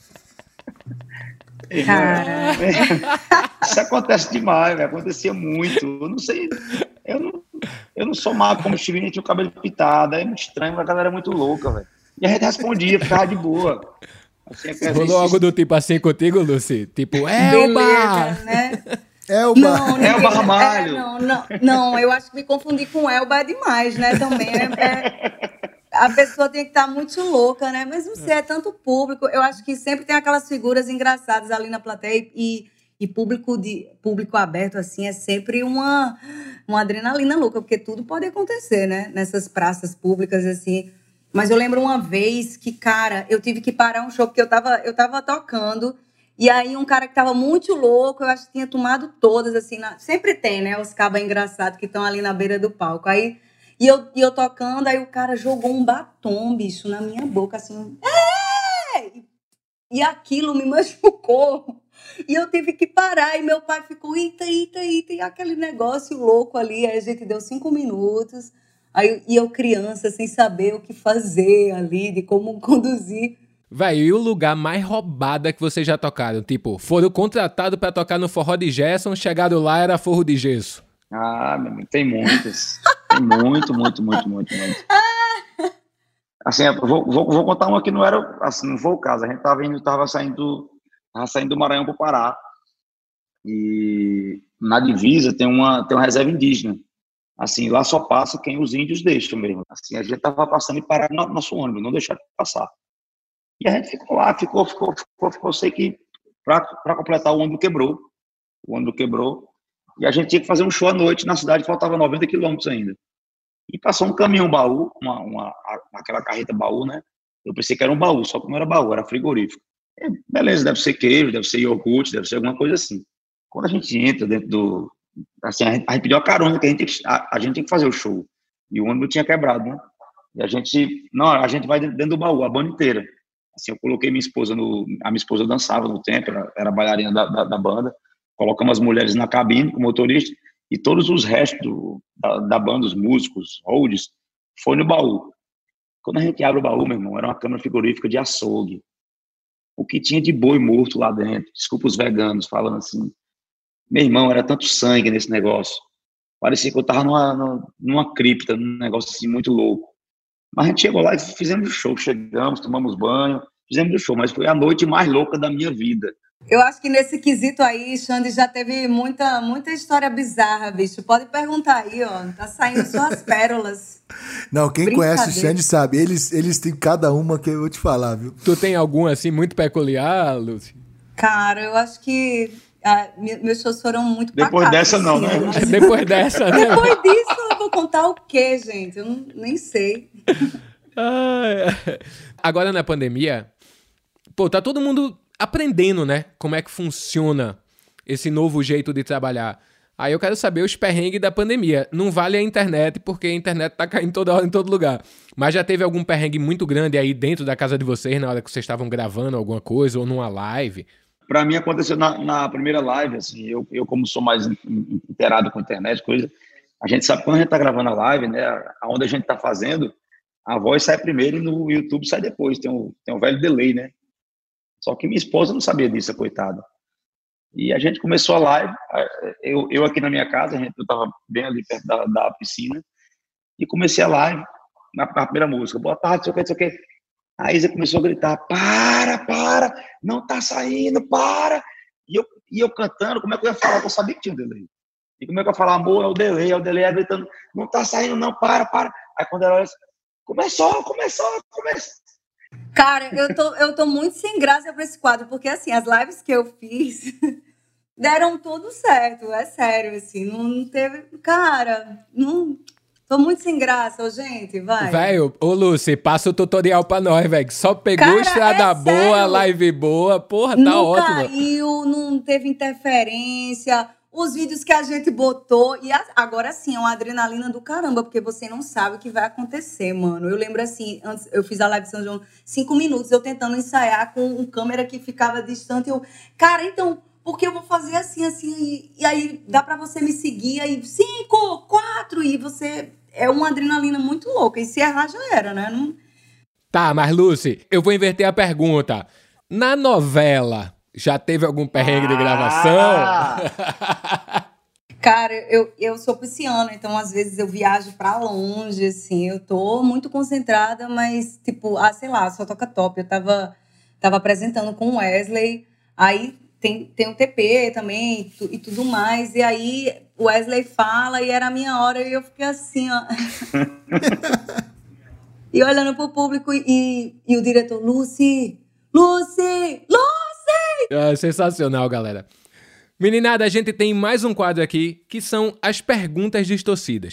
Cara. Isso acontece demais, véio, acontecia muito, eu não sei, eu não sou magro como o Chimbinha, tinha o cabelo pintado, é muito estranho, a galera é muito louca, velho. E a gente respondia, ficava de boa. Assim, Rolou algo do tipo assim contigo, Lucy? Tipo, Beleza, Elba! né? Elba! Não, Elba Ramalho. Não, eu acho que me confundir com Elba é demais, né? Também a pessoa tem que estar muito louca, né? Mas não sei, é tanto público. Eu acho que sempre tem aquelas figuras engraçadas ali na plateia e público aberto, assim, é sempre uma adrenalina louca, porque tudo pode acontecer, né? Nessas praças públicas, assim. Mas eu lembro uma vez que, cara, eu tive que parar um show, porque eu tava tocando, e aí um cara que tava muito louco, eu acho que tinha tomado todas, assim, sempre tem, né, os cabas engraçados que estão ali na beira do palco. Aí, e eu tocando, aí o cara jogou um batom, bicho, na minha boca, assim, e aquilo me machucou. E eu tive que parar, e meu pai ficou, eita, e aquele negócio louco ali, aí a gente deu 5 minutos... Aí, e eu criança, sem saber o que fazer ali, de como conduzir. Véi, e o lugar mais roubada que vocês já tocaram? Tipo, foram contratados pra tocar no Forró de Gerson, chegaram lá, era Forro de Gesso. Meu amigo, tem muitos. Tem muito. Assim, eu vou contar uma que não era, assim, não foi o caso. A gente tava saindo do Maranhão pro Pará. E na divisa tem uma reserva indígena. Assim, lá só passa quem os índios deixam mesmo. Assim, a gente tava passando e pararam no nosso ônibus, não deixaram passar. E a gente ficou lá, ficou. Eu sei que para completar o ônibus quebrou. E a gente tinha que fazer um show à noite na cidade, faltava 90 quilômetros ainda. E passou um caminhão baú, aquela carreta baú, né? Eu pensei que era um baú, só que não era baú, era frigorífico. Beleza, deve ser queijo, deve ser iogurte, deve ser alguma coisa assim. Quando a gente entra dentro do... Assim, a gente pediu a carona, que a gente tem que fazer o show. E o ônibus tinha quebrado, né? E a gente vai dentro do baú, a banda inteira. Assim, eu coloquei minha esposa a minha esposa dançava no tempo, era bailarina da banda. Colocamos as mulheres na cabine com o motorista e todos os restos da banda, os músicos, holds, foi no baú. Quando a gente abre o baú, meu irmão, era uma câmara frigorífica de açougue. O que tinha de boi morto lá dentro, desculpa os veganos falando assim, meu irmão, era tanto sangue nesse negócio. Parecia que eu tava numa cripta, num negócio assim muito louco. Mas a gente chegou lá e fizemos o show. Chegamos, tomamos banho, fizemos o show. Mas foi a noite mais louca da minha vida. Eu acho que nesse quesito aí, Xande, já teve muita história bizarra, bicho. Pode perguntar aí, ó. Tá saindo só as pérolas. Não, quem conhece o Xande sabe. Eles têm cada uma que eu vou te falar, viu? Tu tem algum, assim, muito peculiar, Lucy? Cara, eu acho que... meus shows foram muito depois pacatos, dessa não, assim, né? Depois dessa, né? Depois disso eu vou contar o quê, gente? Eu nem sei. Agora na pandemia, pô, tá todo mundo aprendendo, né? Como é que funciona esse novo jeito de trabalhar. Aí eu quero saber os perrengues da pandemia. Não vale a internet, porque a internet tá caindo toda hora em todo lugar. Mas já teve algum perrengue muito grande aí dentro da casa de vocês, na hora que vocês estavam gravando alguma coisa, ou numa live? Para mim aconteceu na primeira live, assim, eu como sou mais inteirado com internet, coisa, a gente sabe quando a gente tá gravando a live, né, aonde a gente tá fazendo, a voz sai primeiro e no YouTube sai depois, tem um velho delay, né? Só que minha esposa não sabia disso, coitada. E a gente começou a live, eu aqui na minha casa, eu estava bem ali perto da piscina, e comecei a live na primeira música. Boa tarde, não sei o que. A Isa começou a gritar, para, não tá saindo, para. E eu cantando, como é que eu ia falar? Eu sabia que tinha um delay. E como é que eu ia falar, amor, é o delay, ela gritando, não tá saindo, não, para. Aí quando ela disse, começou. Cara, eu tô muito sem graça pra esse quadro, porque assim, as lives que eu fiz deram tudo certo, é sério, assim, não teve... Cara, não... Tô muito sem graça, ô, gente, vai. Velho, ô Lucy, passa o tutorial pra nós, velho. Só pegou Cara, estrada boa, sério. live boa, porra, tá não ótimo. Não caiu, não teve interferência, os vídeos que a gente botou, e agora sim, é uma adrenalina do caramba, porque você não sabe o que vai acontecer, mano. Eu lembro assim, antes eu fiz a live de São João, 5 minutos, eu tentando ensaiar com um câmera que ficava distante, cara, então... Porque eu vou fazer assim, e aí dá pra você me seguir, aí 5, 4, e você... É uma adrenalina muito louca, e se errar já era, né? Não... Tá, mas Lucy, eu vou inverter a pergunta. Na novela, já teve algum perrengue de gravação? Cara, eu sou pisciana, então às vezes eu viajo pra longe, assim, eu tô muito concentrada, mas tipo, sei lá, só toca top. Eu tava apresentando com o Wesley, aí... Tem um TP também e tudo mais. E aí o Wesley fala e era a minha hora e eu fiquei assim, ó. E olhando pro público e o diretor, Lucy! É sensacional, galera. Meninada, a gente tem mais um quadro aqui, que são as perguntas distorcidas.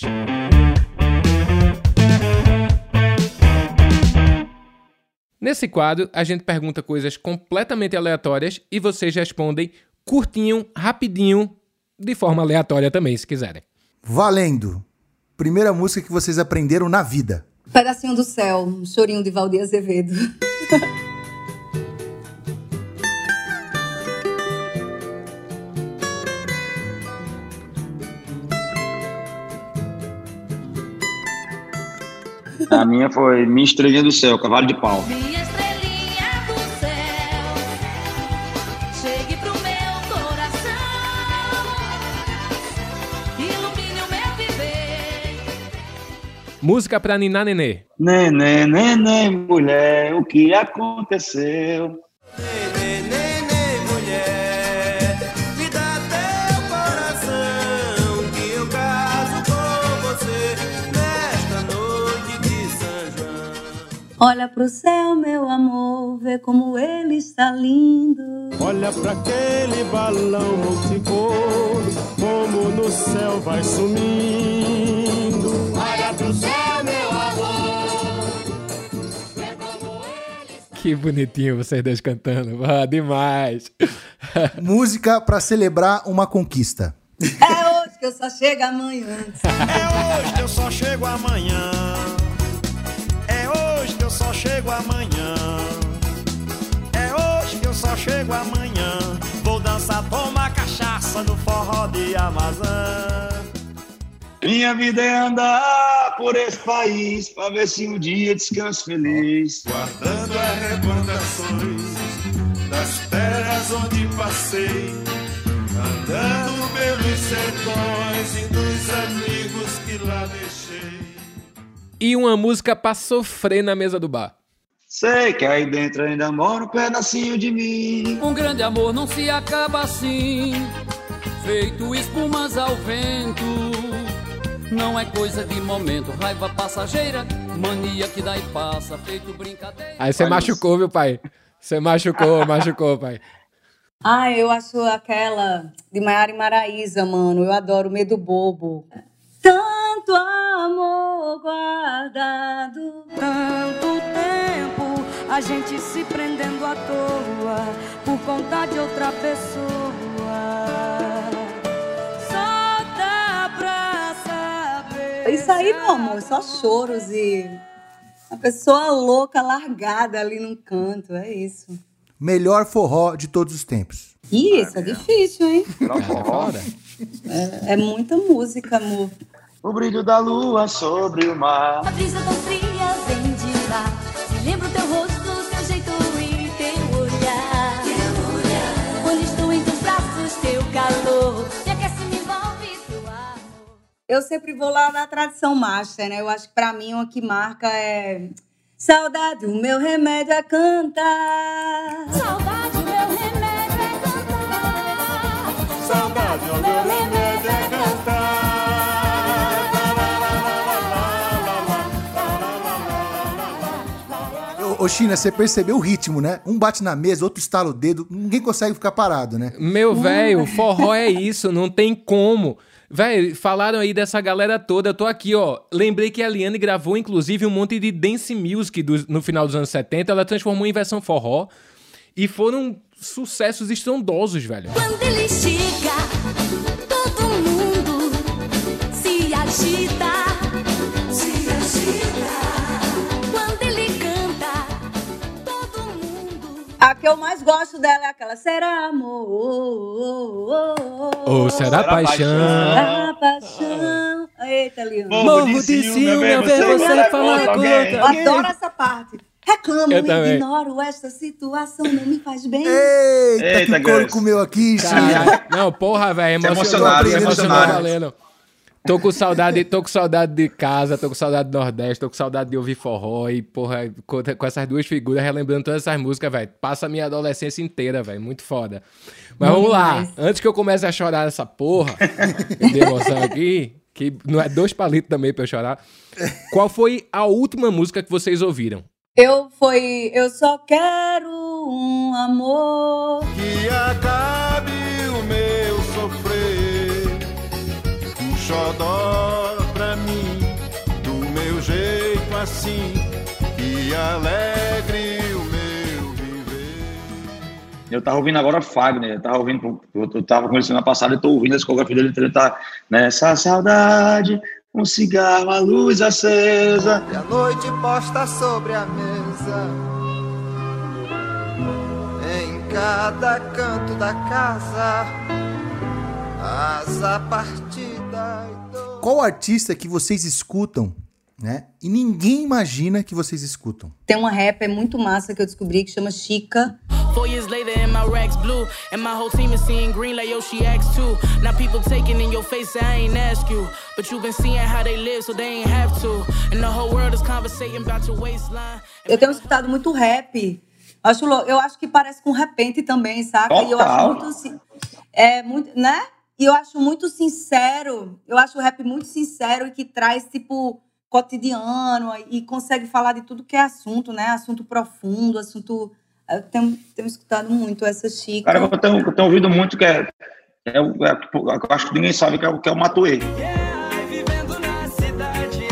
Nesse quadro, a gente pergunta coisas completamente aleatórias e vocês respondem curtinho, rapidinho, de forma aleatória também, se quiserem. Valendo! Primeira música que vocês aprenderam na vida. Pedacinho do Céu, um chorinho de Valdir Azevedo. A minha foi Minha Estrelinha do Céu, Cavalo de Pau. Minha estrelinha do céu, chegue pro meu coração, ilumine o meu viver. Música pra ninar nenê. Neném, mulher, o que aconteceu? Neném, mulher, me dá teu coração, que eu caso com você nesta noite de São João. Olha pro céu, meu amor, vê como ele está lindo. Olha pra aquele balão multicor, como no céu vai sumindo. Olha pro céu, meu amor, vê como ele está... Que bonitinho vocês dois cantando. Ah, demais. Música pra celebrar uma conquista. É hoje que eu só chego amanhã. É hoje que eu só chego amanhã. É hoje que eu só chego amanhã. É hoje que eu só chego amanhã. Vou dançar, tomar cachaça no forró de Amazã. Minha vida é andar por esse país, pra ver se um dia descanso feliz. Guardando as recordações das terras onde passei, andando pelos sertões e dos amigos que lá deixei. E uma música pra sofrer na mesa do bar. Sei que aí dentro ainda mora um pedacinho de mim. Um grande amor não se acaba assim, feito espumas ao vento. Não é coisa de momento, raiva passageira, mania que dá e passa, feito brincadeira. Aí você machucou, meu pai. Você machucou, pai. Eu acho aquela de Maiara e Maraísa, mano. Eu adoro Medo Bobo. Tanto amor guardado, Tanto tempo a gente se prendendo à toa por conta de outra pessoa. Só dá pra saber. Isso aí, meu amor, só choros e uma pessoa louca largada ali num canto, é isso. Melhor forró de todos os tempos. Isso, é difícil, hein? Foda. É muita música, amor. O brilho da lua sobre o mar. A brisa tão fria vem de lá. Se lembra o teu rosto, teu jeito e teu olhar. Quando estou em teus braços, eu sempre vou lá na tradição master, né? Eu acho que pra mim uma que marca é saudade, o meu remédio é cantar. Saudade, o meu remédio é cantar. Saudade, o meu remédio é cantar. Ô, China, você percebeu o ritmo, né? Um bate na mesa, outro estala o dedo, ninguém consegue ficar parado, né? Meu velho, forró é isso, não tem como. Véi, falaram aí dessa galera toda, eu tô aqui, ó. Lembrei que a Liane gravou, inclusive, um monte de dance music no final dos anos 70, ela transformou em versão forró, e foram sucessos estrondosos, velho. Quando ele chega, todo mundo se agita. Se agita. Quando ele canta, todo mundo. A que eu mais gosto dela é aquela será amor, Ou será paixão? será paixão. Eita, Leandro. Morro de ciúme ao ver você falar com Eu outra. adoro essa parte. Reclamo, Eu também. ignoro esta situação, não me faz bem. Eita, que o couro Gus. comeu aqui, China. Caralho. Não, porra, velho, emocionado, emocionado, emocionado. valendo. Tô com saudade de casa, tô com saudade do Nordeste, tô com saudade de ouvir forró e, porra, com essas duas figuras, relembrando todas essas músicas, velho. Passa a minha adolescência inteira, velho. Muito foda. Mas vamos lá. Antes que eu comece a chorar nessa porra de emoção aqui, que não é 2 palitos também pra eu chorar. Qual foi a última música que vocês ouviram? Eu só quero um amor. Que acabe o meu sofrer, um xodó pra mim, do meu jeito assim, que alegre o meu viver. Eu tava ouvindo agora Fagner, eu tava com ele semana passada e tô ouvindo a discografia dele, ele tá nessa saudade, um cigarro, a luz acesa. E a noite posta sobre a mesa, em cada canto da casa, asa partida e dor. Qual artista que vocês escutam, né? E ninguém imagina que vocês escutam. Tem uma rapper muito massa que eu descobri que chama Chica. 4 years later and my racks blue and my whole team is seeing green like yo she acts too. Now people taking in your face I ain't ask you, but you been seeing how they live so they ain't have to. And the whole world is conversating about your waistline. Eu tenho escutado muito rap. Eu acho que parece com repente também, saca? Total. E eu acho muito, né? E eu acho muito sincero. Eu acho o rap muito sincero e que traz tipo cotidiano e consegue falar de tudo que é assunto, né? Assunto profundo, assunto. Eu tenho escutado muito essa Chica. Cara, eu tenho ouvido muito que eu acho que ninguém sabe que é o Matuê. Vivendo na cidade,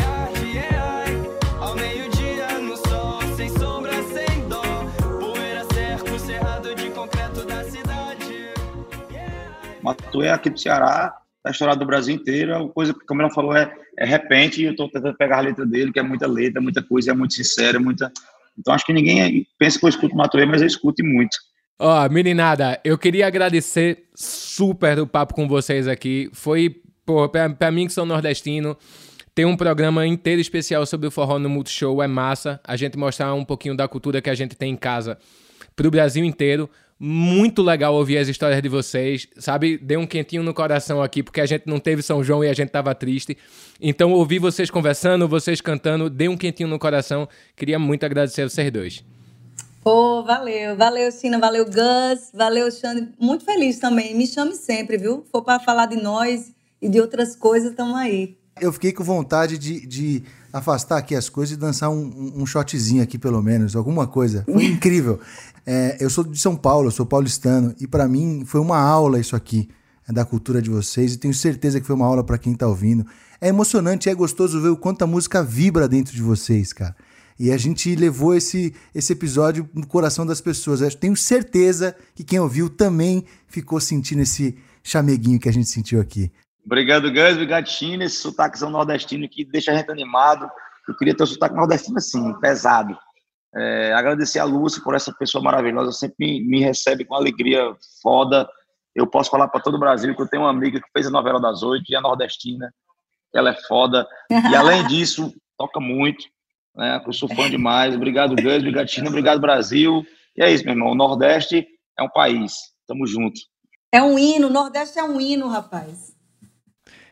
ao meio-dia no sol, sem sombra, sem dó, poeira, cerco, cerrado de concreto da cidade. Matuê aqui do Ceará, tá estourado do Brasil inteiro. A coisa que o Camila falou é repente, e eu tô tentando pegar a letra dele, que é muita letra, muita coisa, é muito sincera, muita. Então acho que ninguém pensa que eu escuto Matuê, mas eu escuto muito. Ó, meninada, eu queria agradecer super o papo com vocês aqui. Foi, pô, pra mim que sou nordestino, ter um programa inteiro especial sobre o forró no Multishow é massa. A gente mostrar um pouquinho da cultura que a gente tem em casa pro Brasil inteiro. Muito legal ouvir as histórias de vocês, sabe? Deu um quentinho no coração aqui, porque a gente não teve São João e a gente tava triste. Então, ouvir vocês conversando, vocês cantando, deu um quentinho no coração. Queria muito agradecer a vocês dois. Pô, valeu. Valeu, China. Valeu, Gus. Valeu, Xande. Muito feliz também. Me chame sempre, viu? For pra falar de nós e de outras coisas, tamo aí. Eu fiquei com vontade de afastar aqui as coisas e dançar um shotzinho aqui, pelo menos, alguma coisa. Foi incrível. Eu sou de São Paulo, eu sou paulistano, e pra mim foi uma aula isso aqui, da cultura de vocês, e tenho certeza que foi uma aula pra quem tá ouvindo. É emocionante, é gostoso ver o quanto a música vibra dentro de vocês, cara. E a gente levou esse episódio no coração das pessoas. Eu tenho certeza que quem ouviu também ficou sentindo esse chameguinho que a gente sentiu aqui. Obrigado, Gus. Obrigado, China. Esse sotaquezão nordestino que deixa a gente animado. Eu queria ter um sotaque nordestino assim, pesado. Agradecer a Lúcia por essa pessoa maravilhosa. Sempre me recebe com alegria foda. Eu posso falar para todo o Brasil que eu tenho uma amiga que fez a novela das 8 e é nordestina. Ela é foda. E além disso, toca muito. Né? Eu sou fã demais. Obrigado, Gus. Obrigado, China. Obrigado, Brasil. E é isso, meu irmão. O Nordeste é um país. Tamo junto. É um hino. O Nordeste é um hino, rapaz.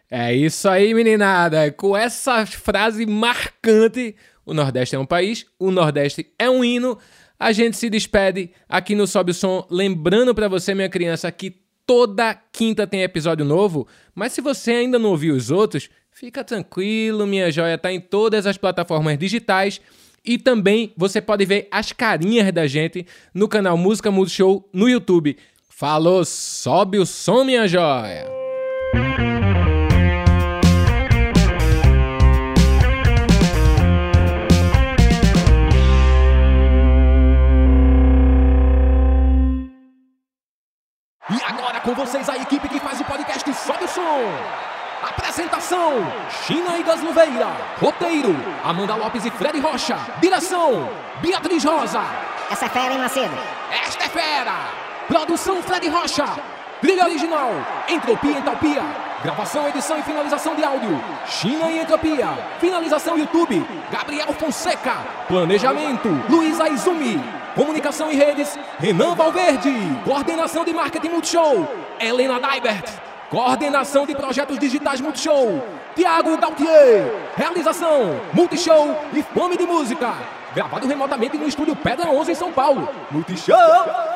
É isso aí, meninada. Com essa frase marcante, o Nordeste é um país, o Nordeste é um hino. A gente se despede aqui no Sobe o Som, lembrando pra você, minha criança, que toda quinta tem episódio novo, mas se você ainda não ouviu os outros, fica tranquilo, minha joia, tá em todas as plataformas digitais e também você pode ver as carinhas da gente no canal Música Multishow no YouTube. Falou, sobe o som, minha joia! E agora com vocês a equipe que faz o podcast Sobe o Som. Apresentação: China e Gasluveira. Roteiro: Amanda Lopes e Fred Rocha. Direção: Beatriz Rosa. Essa é fera, hein, Macedo? Esta é fera. Produção: Fred Rocha. Trilha original: Entropia e Entalpia. Gravação, edição e finalização de áudio: China e Entropia. Finalização YouTube: Gabriel Fonseca. Planejamento: Luiz Aizumi. Comunicação e redes: Renan Valverde. Coordenação de marketing Multishow: Helena Daibert. Coordenação de projetos digitais Multishow: Thiago Gautier. Realização: Multishow e Fome de Música. Gravado remotamente no estúdio Pedra 11 em São Paulo. Multishow!